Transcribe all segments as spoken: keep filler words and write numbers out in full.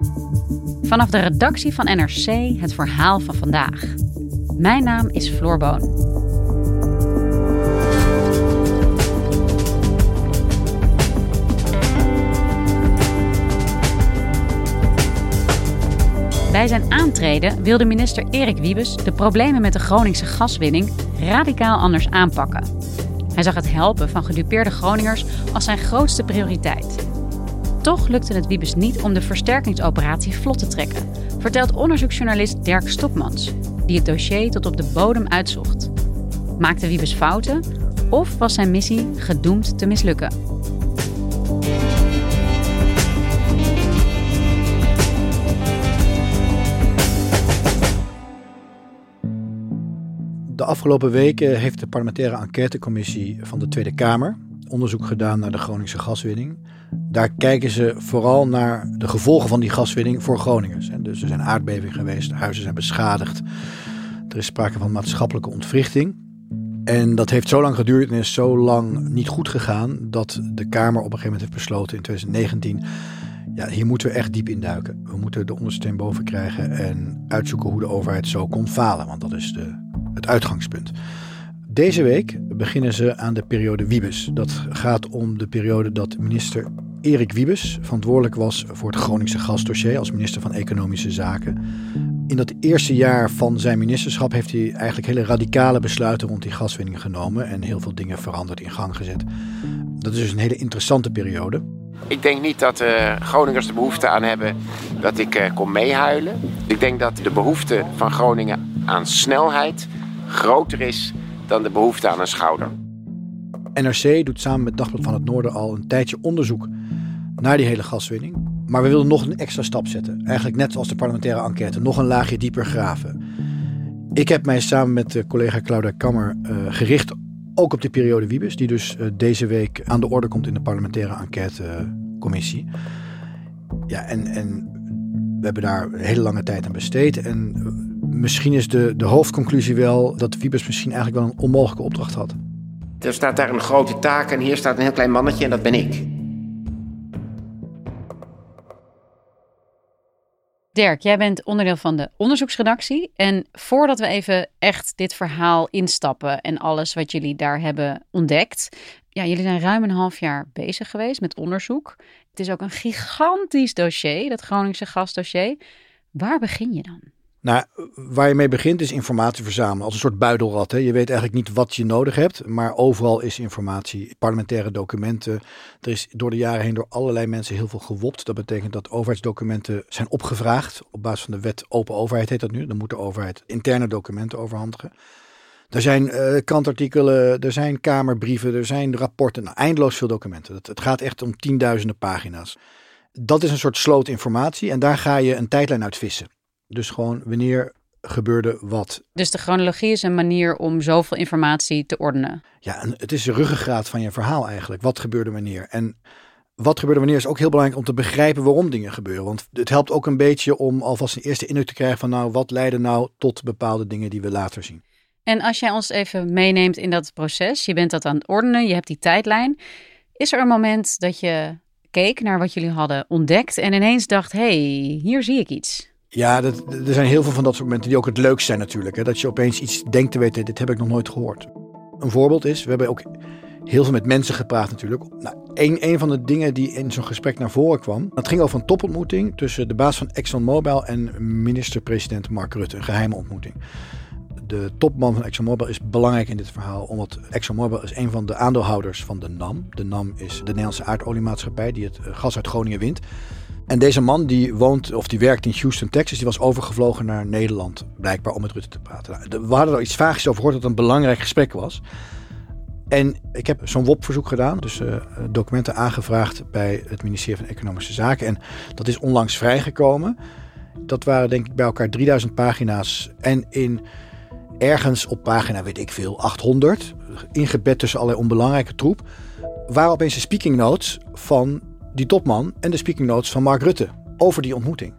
Vanaf de redactie van N R C het verhaal van vandaag. Mijn naam is Floor Boon. Bij zijn aantreden wilde minister Erik Wiebes de problemen met de Groningse gaswinning radicaal anders aanpakken. Hij zag het helpen van gedupeerde Groningers als zijn grootste prioriteit. Toch lukte het Wiebes niet om de versterkingsoperatie vlot te trekken, vertelt onderzoeksjournalist Dirk Stokmans, die het dossier tot op de bodem uitzocht. Maakte Wiebes fouten of was zijn missie gedoemd te mislukken? De afgelopen weken heeft de parlementaire enquêtecommissie van de Tweede Kamer onderzoek gedaan naar de Groningse gaswinning. Daar kijken ze vooral naar de gevolgen van die gaswinning voor Groningers. Dus er zijn aardbevingen geweest, huizen zijn beschadigd. Er is sprake van maatschappelijke ontwrichting. En dat heeft zo lang geduurd en is zo lang niet goed gegaan dat de Kamer op een gegeven moment heeft besloten in twintig negentien... ja, hier moeten we echt diep induiken. We moeten de ondersteen boven krijgen en uitzoeken hoe de overheid zo kon falen. Want dat is de, het uitgangspunt. Deze week beginnen ze aan de periode Wiebes. Dat gaat om de periode dat minister Erik Wiebes verantwoordelijk was voor het Groningse gasdossier als minister van Economische Zaken. In dat eerste jaar van zijn ministerschap heeft hij eigenlijk hele radicale besluiten rond die gaswinning genomen en heel veel dingen veranderd, in gang gezet. Dat is dus een hele interessante periode. Ik denk niet dat uh, Groningers de behoefte aan hebben dat ik uh, kom meehuilen. Ik denk dat de behoefte van Groningen aan snelheid groter is dan de behoefte aan een schouder. N R C doet samen met Dagblad van het Noorden al een tijdje onderzoek naar die hele gaswinning. Maar we wilden nog een extra stap zetten. Eigenlijk net als de parlementaire enquête, nog een laagje dieper graven. Ik heb mij samen met collega Claudia Kammer uh, gericht ook op de periode Wiebes, die dus uh, deze week aan de orde komt in de parlementaire enquêtecommissie. Ja, en, en we hebben daar een hele lange tijd aan besteed. En uh, misschien is de, de hoofdconclusie wel dat Wiebes misschien eigenlijk wel een onmogelijke opdracht had. Er staat daar een grote taak en hier staat een heel klein mannetje en dat ben ik. Dirk, jij bent onderdeel van de onderzoeksredactie. En voordat we even echt dit verhaal instappen en alles wat jullie daar hebben ontdekt. Ja, jullie zijn ruim een half jaar bezig geweest met onderzoek. Het is ook een gigantisch dossier, dat Groningse gasdossier. Waar begin je dan? Nou, waar je mee begint is informatie verzamelen. Als een soort buidelrat. Hè. Je weet eigenlijk niet wat je nodig hebt, maar overal is informatie. Parlementaire documenten. Er is door de jaren heen door allerlei mensen heel veel gewopt. Dat betekent dat overheidsdocumenten zijn opgevraagd. Op basis van de wet open overheid heet dat nu. Dan moet de overheid interne documenten overhandigen. Er zijn uh, krantartikelen, er zijn kamerbrieven, er zijn rapporten. Nou, eindeloos veel documenten. Het, het gaat echt om tienduizenden pagina's. Dat is een soort sloot informatie en daar ga je een tijdlijn uit vissen. Dus gewoon wanneer gebeurde wat. Dus de chronologie is een manier om zoveel informatie te ordenen. Ja, en het is de ruggengraat van je verhaal eigenlijk. Wat gebeurde wanneer? En wat gebeurde wanneer is ook heel belangrijk om te begrijpen waarom dingen gebeuren. Want het helpt ook een beetje om alvast een eerste indruk te krijgen van nou, wat leidde nou tot bepaalde dingen die we later zien. En als jij ons even meeneemt in dat proces, je bent dat aan het ordenen, je hebt die tijdlijn. Is er een moment dat je keek naar wat jullie hadden ontdekt en ineens dacht, hé, hey, hier zie ik iets? Ja, dat, er zijn heel veel van dat soort momenten die ook het leukst zijn natuurlijk. Hè? Dat je opeens iets denkt te weten, dit heb ik nog nooit gehoord. Een voorbeeld is, we hebben ook heel veel met mensen gepraat natuurlijk. Nou, een, een van de dingen die in zo'n gesprek naar voren kwam, dat ging over een topontmoeting tussen de baas van ExxonMobil en minister-president Mark Rutte. Een geheime ontmoeting. De topman van ExxonMobil is belangrijk in dit verhaal, omdat ExxonMobil is een van de aandeelhouders van de N A M. De N A M is de Nederlandse aardoliemaatschappij die het gas uit Groningen wint. En deze man die woont of die werkt in Houston, Texas, die was overgevlogen naar Nederland, blijkbaar om met Rutte te praten. Nou, we hadden er iets vaags over gehoord dat het een belangrijk gesprek was. En ik heb zo'n W O P-verzoek gedaan, dus uh, documenten aangevraagd bij het ministerie van Economische Zaken. En dat is onlangs vrijgekomen. Dat waren denk ik bij elkaar drieduizend pagina's. En in ergens op pagina, weet ik veel, achthonderd, ingebed tussen allerlei onbelangrijke troep, waren opeens de speaking notes van die topman en de speaking notes van Mark Rutte over die ontmoeting.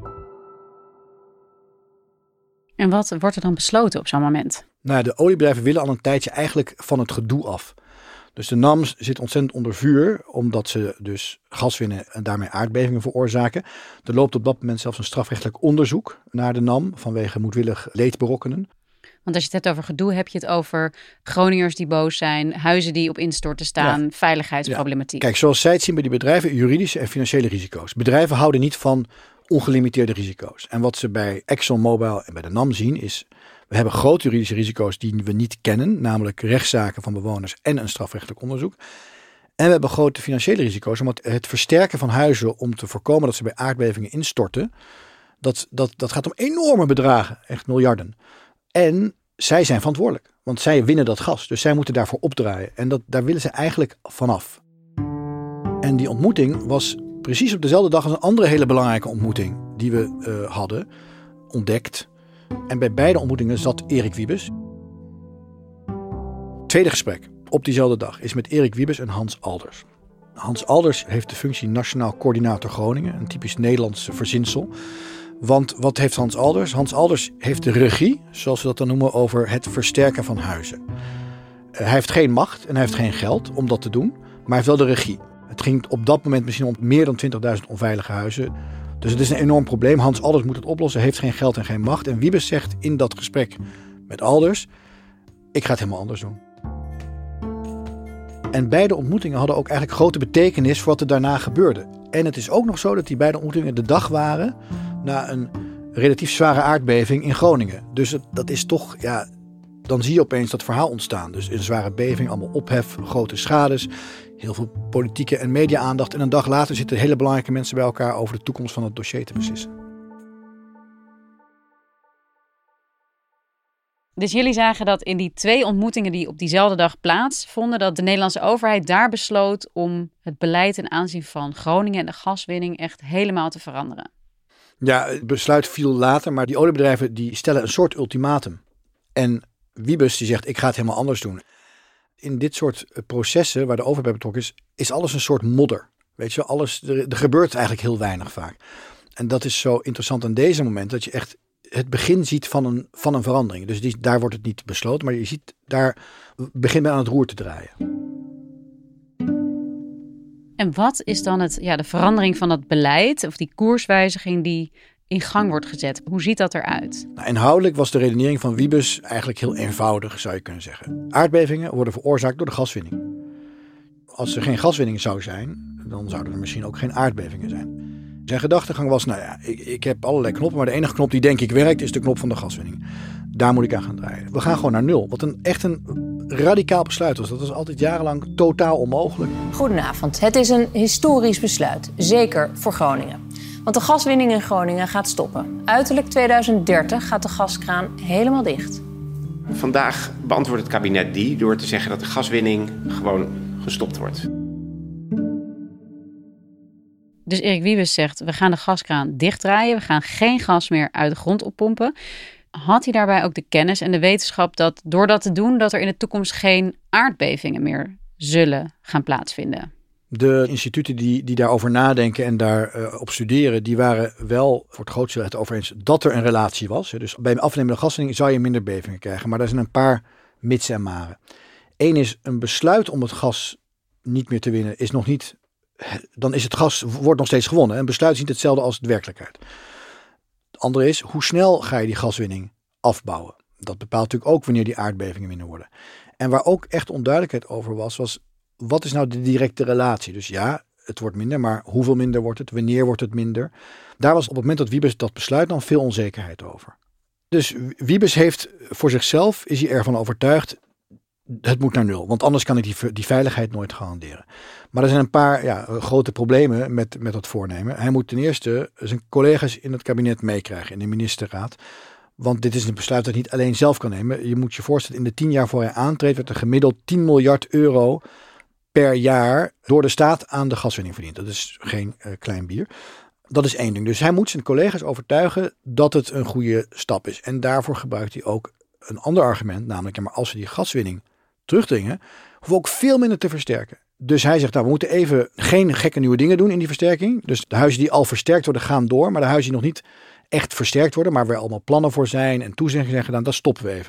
En wat wordt er dan besloten op zo'n moment? Nou, de oliebedrijven willen al een tijdje eigenlijk van het gedoe af. Dus de N A M zit ontzettend onder vuur, omdat ze dus gas winnen en daarmee aardbevingen veroorzaken. Er loopt op dat moment zelfs een strafrechtelijk onderzoek naar de N A M vanwege moedwillig leed berokkenen. Want als je het hebt over gedoe, heb je het over Groningers die boos zijn, huizen die op instorten staan, ja. veiligheidsproblematiek. Ja. Kijk, zoals zij het zien bij die bedrijven, juridische en financiële risico's. Bedrijven houden niet van ongelimiteerde risico's. En wat ze bij ExxonMobil en bij de N A M zien is, we hebben grote juridische risico's die we niet kennen, namelijk rechtszaken van bewoners en een strafrechtelijk onderzoek. En we hebben grote financiële risico's, omdat het versterken van huizen om te voorkomen dat ze bij aardbevingen instorten, dat, dat, dat gaat om enorme bedragen, echt miljarden. En zij zijn verantwoordelijk, want zij winnen dat gas. Dus zij moeten daarvoor opdraaien. En dat, daar willen ze eigenlijk vanaf. En die ontmoeting was precies op dezelfde dag als een andere hele belangrijke ontmoeting die we uh, hadden ontdekt. En bij beide ontmoetingen zat Erik Wiebes. Tweede gesprek op diezelfde dag is met Erik Wiebes en Hans Alders. Hans Alders heeft de functie Nationaal Coördinator Groningen, een typisch Nederlands verzinsel. Want wat heeft Hans Alders? Hans Alders heeft de regie, zoals we dat dan noemen, over het versterken van huizen. Uh, hij heeft geen macht en hij heeft geen geld om dat te doen, maar hij heeft wel de regie. Het ging op dat moment misschien om meer dan twintigduizend onveilige huizen. Dus het is een enorm probleem. Hans Alders moet het oplossen, heeft geen geld en geen macht. En Wiebes zegt in dat gesprek met Alders, ik ga het helemaal anders doen. En beide ontmoetingen hadden ook eigenlijk grote betekenis voor wat er daarna gebeurde. En het is ook nog zo dat die beide ontmoetingen de dag waren na een relatief zware aardbeving in Groningen. Dus het, dat is toch, ja, dan zie je opeens dat verhaal ontstaan. Dus een zware beving, allemaal ophef, grote schades, heel veel politieke en media-aandacht. En een dag later zitten hele belangrijke mensen bij elkaar over de toekomst van het dossier te beslissen. Dus jullie zagen dat in die twee ontmoetingen die op diezelfde dag plaatsvonden, dat de Nederlandse overheid daar besloot om het beleid ten aanzien van Groningen en de gaswinning echt helemaal te veranderen. Ja, het besluit viel later, maar die oliebedrijven die stellen een soort ultimatum. En Wiebes die zegt, ik ga het helemaal anders doen. In dit soort processen waar de overheid bij betrokken is, is alles een soort modder. Weet je, alles, er, er gebeurt eigenlijk heel weinig vaak. En dat is zo interessant aan deze moment, dat je echt het begin ziet van een, van een verandering. Dus die, daar wordt het niet besloten, maar je ziet, daar begint men aan het roer te draaien. En wat is dan het, ja, de verandering van dat beleid of die koerswijziging die in gang wordt gezet? Hoe ziet dat eruit? Nou, inhoudelijk was de redenering van Wiebes eigenlijk heel eenvoudig, zou je kunnen zeggen. Aardbevingen worden veroorzaakt door de gaswinning. Als er geen gaswinning zou zijn, dan zouden er misschien ook geen aardbevingen zijn. Zijn gedachtegang was, nou ja, ik, ik heb allerlei knoppen, maar de enige knop die denk ik werkt is de knop van de gaswinning. Daar moet ik aan gaan draaien. We gaan gewoon naar nul. Wat een echt een radicaal besluit was. Dat was altijd jarenlang totaal onmogelijk. Goedenavond. Het is een historisch besluit, zeker voor Groningen. Want de gaswinning in Groningen gaat stoppen. Uiterlijk tweeduizend dertig gaat de gaskraan helemaal dicht. Vandaag beantwoordt het kabinet die door te zeggen dat de gaswinning gewoon gestopt wordt. Dus Erik Wiebes zegt, we gaan de gaskraan dichtdraaien. We gaan geen gas meer uit de grond oppompen. Had hij daarbij ook de kennis en de wetenschap dat door dat te doen, dat er in de toekomst geen aardbevingen meer zullen gaan plaatsvinden? De instituten die, die daarover nadenken en daarop uh, op studeren, die waren wel voor het grootste deel het over eens dat er een relatie was. Dus bij een afnemende gaswinning zou je minder bevingen krijgen. Maar er zijn een paar mits en maren. Eén is een besluit om het gas niet meer te winnen is nog niet. Dan is het gas wordt nog steeds gewonnen. Een besluit is niet hetzelfde als de werkelijkheid. Het andere is, hoe snel ga je die gaswinning afbouwen? Dat bepaalt natuurlijk ook wanneer die aardbevingen minder worden. En waar ook echt onduidelijkheid over was, was wat is nou de directe relatie? Dus ja, het wordt minder, maar hoeveel minder wordt het? Wanneer wordt het minder? Daar was op het moment dat Wiebes dat besluit dan veel onzekerheid over. Dus Wiebes heeft voor zichzelf, is hij ervan overtuigd, het moet naar nul. Want anders kan ik die, die veiligheid nooit garanderen. Maar er zijn een paar ja, grote problemen met, met dat voornemen. Hij moet ten eerste zijn collega's in het kabinet meekrijgen, in de ministerraad. Want dit is een besluit dat hij niet alleen zelf kan nemen. Je moet je voorstellen, in de tien jaar voor hij aantreedt, werd er gemiddeld tien miljard euro per jaar door de staat aan de gaswinning verdiend. Dat is geen uh, klein bier. Dat is één ding. Dus hij moet zijn collega's overtuigen dat het een goede stap is. En daarvoor gebruikt hij ook een ander argument, namelijk, ja, maar als we die gaswinning terugdringen, hoeven we ook veel minder te versterken. Dus hij zegt, nou, we moeten even geen gekke nieuwe dingen doen in die versterking. Dus de huizen die al versterkt worden, gaan door. Maar de huizen die nog niet echt versterkt worden, maar waar allemaal plannen voor zijn en toezeggingen zijn gedaan, daar stoppen we even mee.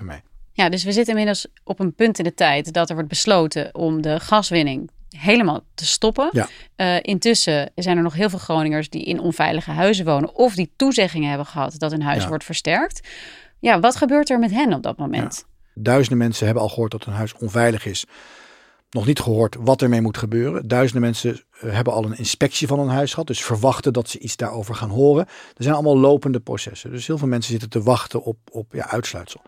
Ja, dus we zitten inmiddels op een punt in de tijd dat er wordt besloten om de gaswinning helemaal te stoppen. Ja. Uh, intussen zijn er nog heel veel Groningers die in onveilige huizen wonen of die toezeggingen hebben gehad dat hun huis ja. wordt versterkt. Ja, wat gebeurt er met hen op dat moment? Ja. Duizenden mensen hebben al gehoord dat hun huis onveilig is. Nog niet gehoord wat ermee moet gebeuren. Duizenden mensen hebben al een inspectie van hun huis gehad. Dus verwachten dat ze iets daarover gaan horen. Er zijn allemaal lopende processen. Dus heel veel mensen zitten te wachten op, op ja, uitsluitsel.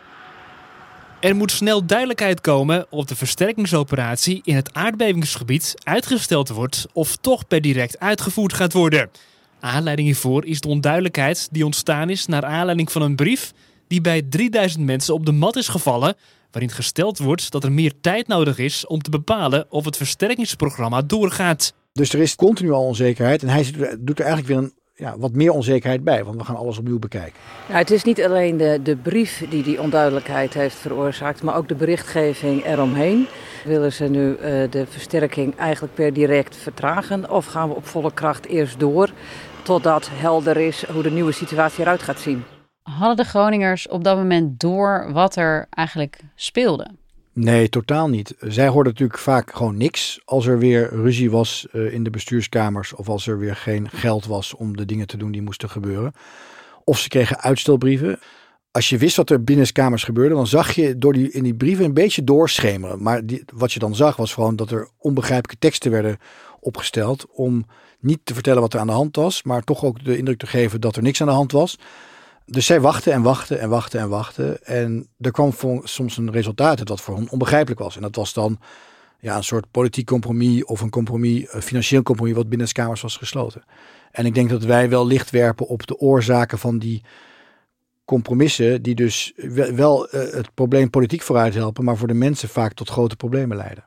Er moet snel duidelijkheid komen of de versterkingsoperatie in het aardbevingsgebied uitgesteld wordt of toch per direct uitgevoerd gaat worden. Aanleiding hiervoor is de onduidelijkheid die ontstaan is naar aanleiding van een brief die bij drieduizend mensen op de mat is gevallen, waarin gesteld wordt dat er meer tijd nodig is om te bepalen of het versterkingsprogramma doorgaat. Dus er is continu al onzekerheid en hij doet er eigenlijk weer een ja, wat meer onzekerheid bij, want we gaan alles opnieuw bekijken. Nou, het is niet alleen de, de brief die die onduidelijkheid heeft veroorzaakt, maar ook de berichtgeving eromheen. Willen ze nu uh, de versterking eigenlijk per direct vertragen of gaan we op volle kracht eerst door totdat helder is hoe de nieuwe situatie eruit gaat zien? Hadden de Groningers op dat moment door wat er eigenlijk speelde? Nee, totaal niet. Zij hoorden natuurlijk vaak gewoon niks als er weer ruzie was uh, in de bestuurskamers of als er weer geen geld was om de dingen te doen die moesten gebeuren. Of ze kregen uitstelbrieven. Als je wist wat er binnenskamers gebeurde, dan zag je door die, in die brieven een beetje doorschemeren. Maar die, wat je dan zag was gewoon dat er onbegrijpelijke teksten werden opgesteld om niet te vertellen wat er aan de hand was, maar toch ook de indruk te geven dat er niks aan de hand was. Dus zij wachten en wachten en wachten en wachten. En er kwam soms een resultaat uit wat voor hen onbegrijpelijk was. En dat was dan ja, een soort politiek compromis of een compromis, een financieel compromis wat binnen de kamers was gesloten. En ik denk dat wij wel licht werpen op de oorzaken van die compromissen die dus wel uh, het probleem politiek vooruit helpen, maar voor de mensen vaak tot grote problemen leiden.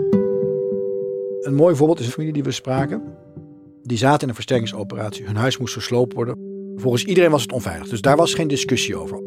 Een mooi voorbeeld is een familie die we spraken. Die zaten in een versterkingsoperatie. Hun huis moest gesloopt worden. Volgens iedereen was het onveilig, dus daar was geen discussie over.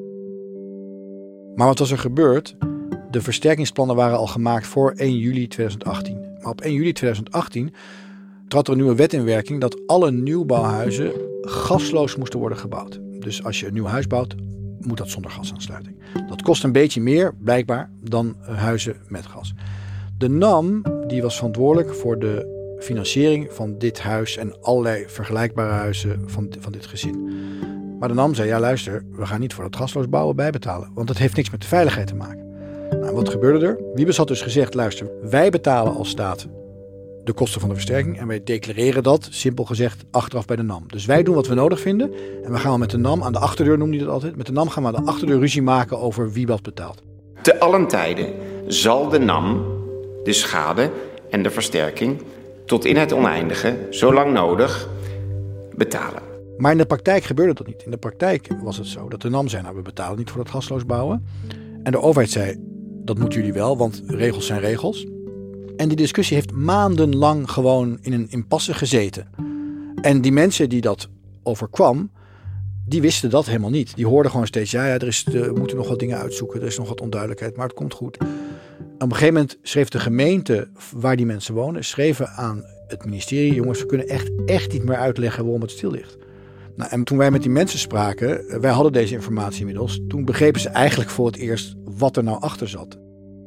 Maar wat was er gebeurd? De versterkingsplannen waren al gemaakt voor één juli tweeduizend achttien. Maar op één juli tweeduizend achttien trad er een nieuwe wet in werking dat alle nieuwbouwhuizen gasloos moesten worden gebouwd. Dus als je een nieuw huis bouwt, moet dat zonder gasaansluiting. Dat kost een beetje meer, blijkbaar, dan huizen met gas. De N A M die was verantwoordelijk voor de financiering van dit huis en allerlei vergelijkbare huizen van, van dit gezin. Maar de N A M zei, ja luister, we gaan niet voor dat gasloos bouwen bijbetalen, want dat heeft niks met de veiligheid te maken. Nou, wat gebeurde er? Wiebes had dus gezegd, luister, wij betalen als staat de kosten van de versterking en wij declareren dat, simpel gezegd, achteraf bij de N A M. Dus wij doen wat we nodig vinden en we gaan met de N A M aan de achterdeur, noemde hij dat altijd, met de N A M gaan we aan de achterdeur ruzie maken over wie wat betaalt. Te allen tijden zal de N A M de schade en de versterking tot in het oneindige, zolang nodig, betalen. Maar in de praktijk gebeurde dat niet. In de praktijk was het zo dat de N A M zei, nou we betalen niet voor dat gasloos bouwen. En de overheid zei, dat moeten jullie wel, want regels zijn regels. En die discussie heeft maandenlang gewoon in een impasse gezeten. En die mensen die dat overkwam, die wisten dat helemaal niet. Die hoorden gewoon steeds, ja, ja er is, we moeten nog wat dingen uitzoeken, er is nog wat onduidelijkheid, maar het komt goed. Op een gegeven moment schreef de gemeente waar die mensen wonen, schreven aan het ministerie, jongens, we kunnen echt, echt niet meer uitleggen waarom het stil ligt. Nou, en toen wij met die mensen spraken, wij hadden deze informatie inmiddels, toen begrepen ze eigenlijk voor het eerst wat er nou achter zat.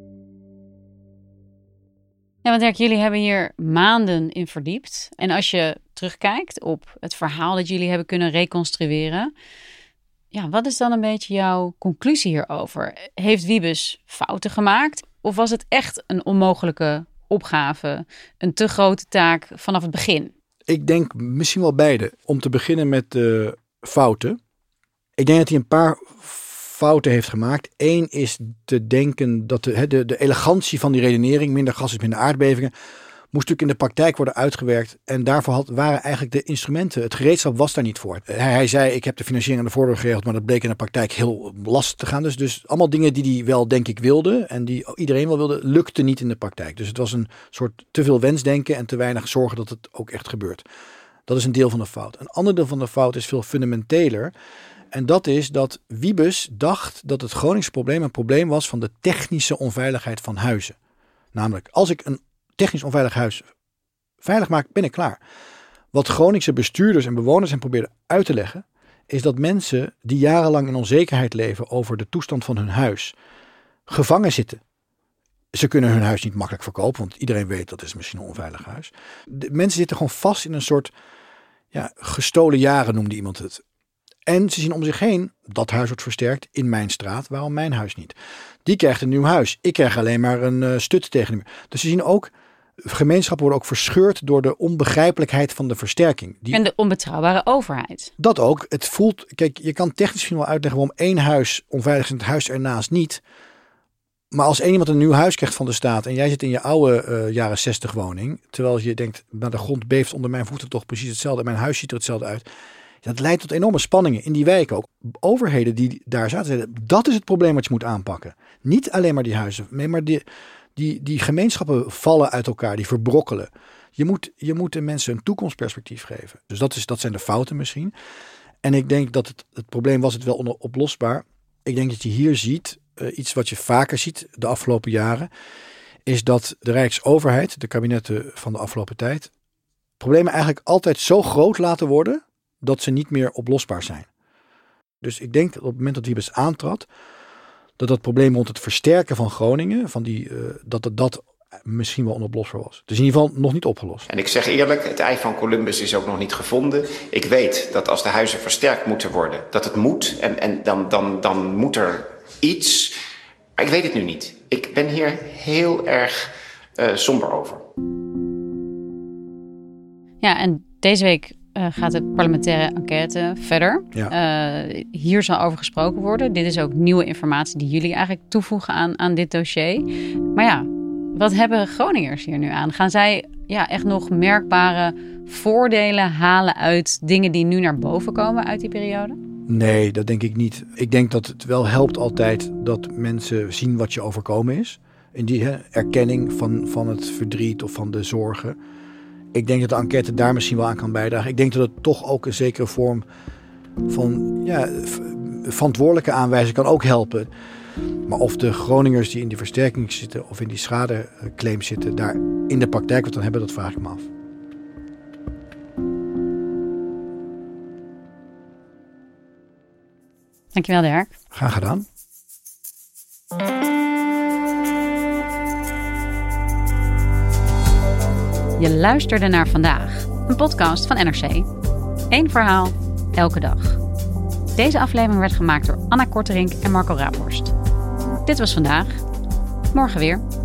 Ja, want Dirk, jullie hebben hier maanden in verdiept. En als je terugkijkt op het verhaal dat jullie hebben kunnen reconstrueren, ja, wat is dan een beetje jouw conclusie hierover? Heeft Wiebes fouten gemaakt? Of was het echt een onmogelijke opgave, een te grote taak vanaf het begin? Ik denk misschien wel beide. Om te beginnen met de fouten. Ik denk dat hij een paar fouten heeft gemaakt. Eén is te denken dat de, de, de elegantie van die redenering, minder gas is minder aardbevingen, moest natuurlijk in de praktijk worden uitgewerkt. En daarvoor had, waren eigenlijk de instrumenten, het gereedschap was daar niet voor. Hij, hij zei, ik heb de financiering aan de voordeur geregeld, maar dat bleek in de praktijk heel lastig te gaan. Dus, dus allemaal dingen die hij wel, denk ik, wilde en die iedereen wel wilde, lukte niet in de praktijk. Dus het was een soort te veel wensdenken en te weinig zorgen dat het ook echt gebeurt. Dat is een deel van de fout. Een ander deel van de fout is veel fundamenteler. En dat is dat Wiebes dacht dat het Groningse probleem een probleem was van de technische onveiligheid van huizen. Namelijk, als ik een technisch onveilig huis veilig maak, ben ik klaar. Wat Groningse bestuurders en bewoners hen probeerden uit te leggen, is dat mensen die jarenlang in onzekerheid leven over de toestand van hun huis, gevangen zitten. Ze kunnen hun huis niet makkelijk verkopen, want iedereen weet dat is misschien een onveilig huis. De mensen zitten gewoon vast in een soort ja, gestolen jaren, noemde iemand het. En ze zien om zich heen, dat huis wordt versterkt in mijn straat, waarom mijn huis niet? Die krijgt een nieuw huis. Ik krijg alleen maar een uh, stut tegen de muur. Dus ze zien ook, gemeenschappen worden ook verscheurd door de onbegrijpelijkheid van de versterking. Die, en de onbetrouwbare overheid. Dat ook. Het voelt, kijk, je kan technisch misschien wel uitleggen waarom één huis onveilig is en het huis ernaast niet. Maar als één iemand een nieuw huis krijgt van de staat en jij zit in je oude uh, jaren zestig woning, terwijl je denkt, nou, de grond beeft onder mijn voeten toch precies hetzelfde en mijn huis ziet er hetzelfde uit. Dat leidt tot enorme spanningen in die wijken ook. Overheden die daar zaten, dat is het probleem wat je moet aanpakken. Niet alleen maar die huizen, nee, maar die, die, die gemeenschappen vallen uit elkaar, die verbrokkelen. Je moet, je moet de mensen een toekomstperspectief geven. Dus dat, is, dat zijn de fouten misschien. En ik denk dat het, het probleem was het wel onoplosbaar. Ik denk dat je hier ziet, uh, iets wat je vaker ziet de afgelopen jaren, is dat de Rijksoverheid, de kabinetten van de afgelopen tijd, problemen eigenlijk altijd zo groot laten worden dat ze niet meer oplosbaar zijn. Dus ik denk dat op het moment dat Wiebes aantrad, dat dat probleem rond het versterken van Groningen, van die, uh, dat, dat dat misschien wel onoplosbaar was. Het is in ieder geval nog niet opgelost. En ik zeg eerlijk, het ei van Columbus is ook nog niet gevonden. Ik weet dat als de huizen versterkt moeten worden, dat het moet. En, en dan, dan, dan moet er iets. Maar ik weet het nu niet. Ik ben hier heel erg uh, somber over. Ja, en deze week uh, gaat de parlementaire enquête verder. Ja. Uh, hier zal over gesproken worden. Dit is ook nieuwe informatie die jullie eigenlijk toevoegen aan, aan dit dossier. Maar ja, wat hebben Groningers hier nu aan? Gaan zij ja, echt nog merkbare voordelen halen uit dingen die nu naar boven komen uit die periode? Nee, dat denk ik niet. Ik denk dat het wel helpt altijd dat mensen zien wat je overkomen is. In die hè, erkenning van, van het verdriet of van de zorgen. Ik denk dat de enquête daar misschien wel aan kan bijdragen. Ik denk dat het toch ook een zekere vorm van ja, verantwoordelijke aanwijzing kan ook helpen. Maar of de Groningers die in die versterking zitten of in die schadeclaim zitten, daar in de praktijk wat aan hebben, dat vraag ik me af. Dankjewel, Dirk. Graag gedaan. Je luisterde naar Vandaag, een podcast van N R C. Eén verhaal, elke dag. Deze aflevering werd gemaakt door Anna Korterink en Marco Raaphorst. Dit was Vandaag. Morgen weer.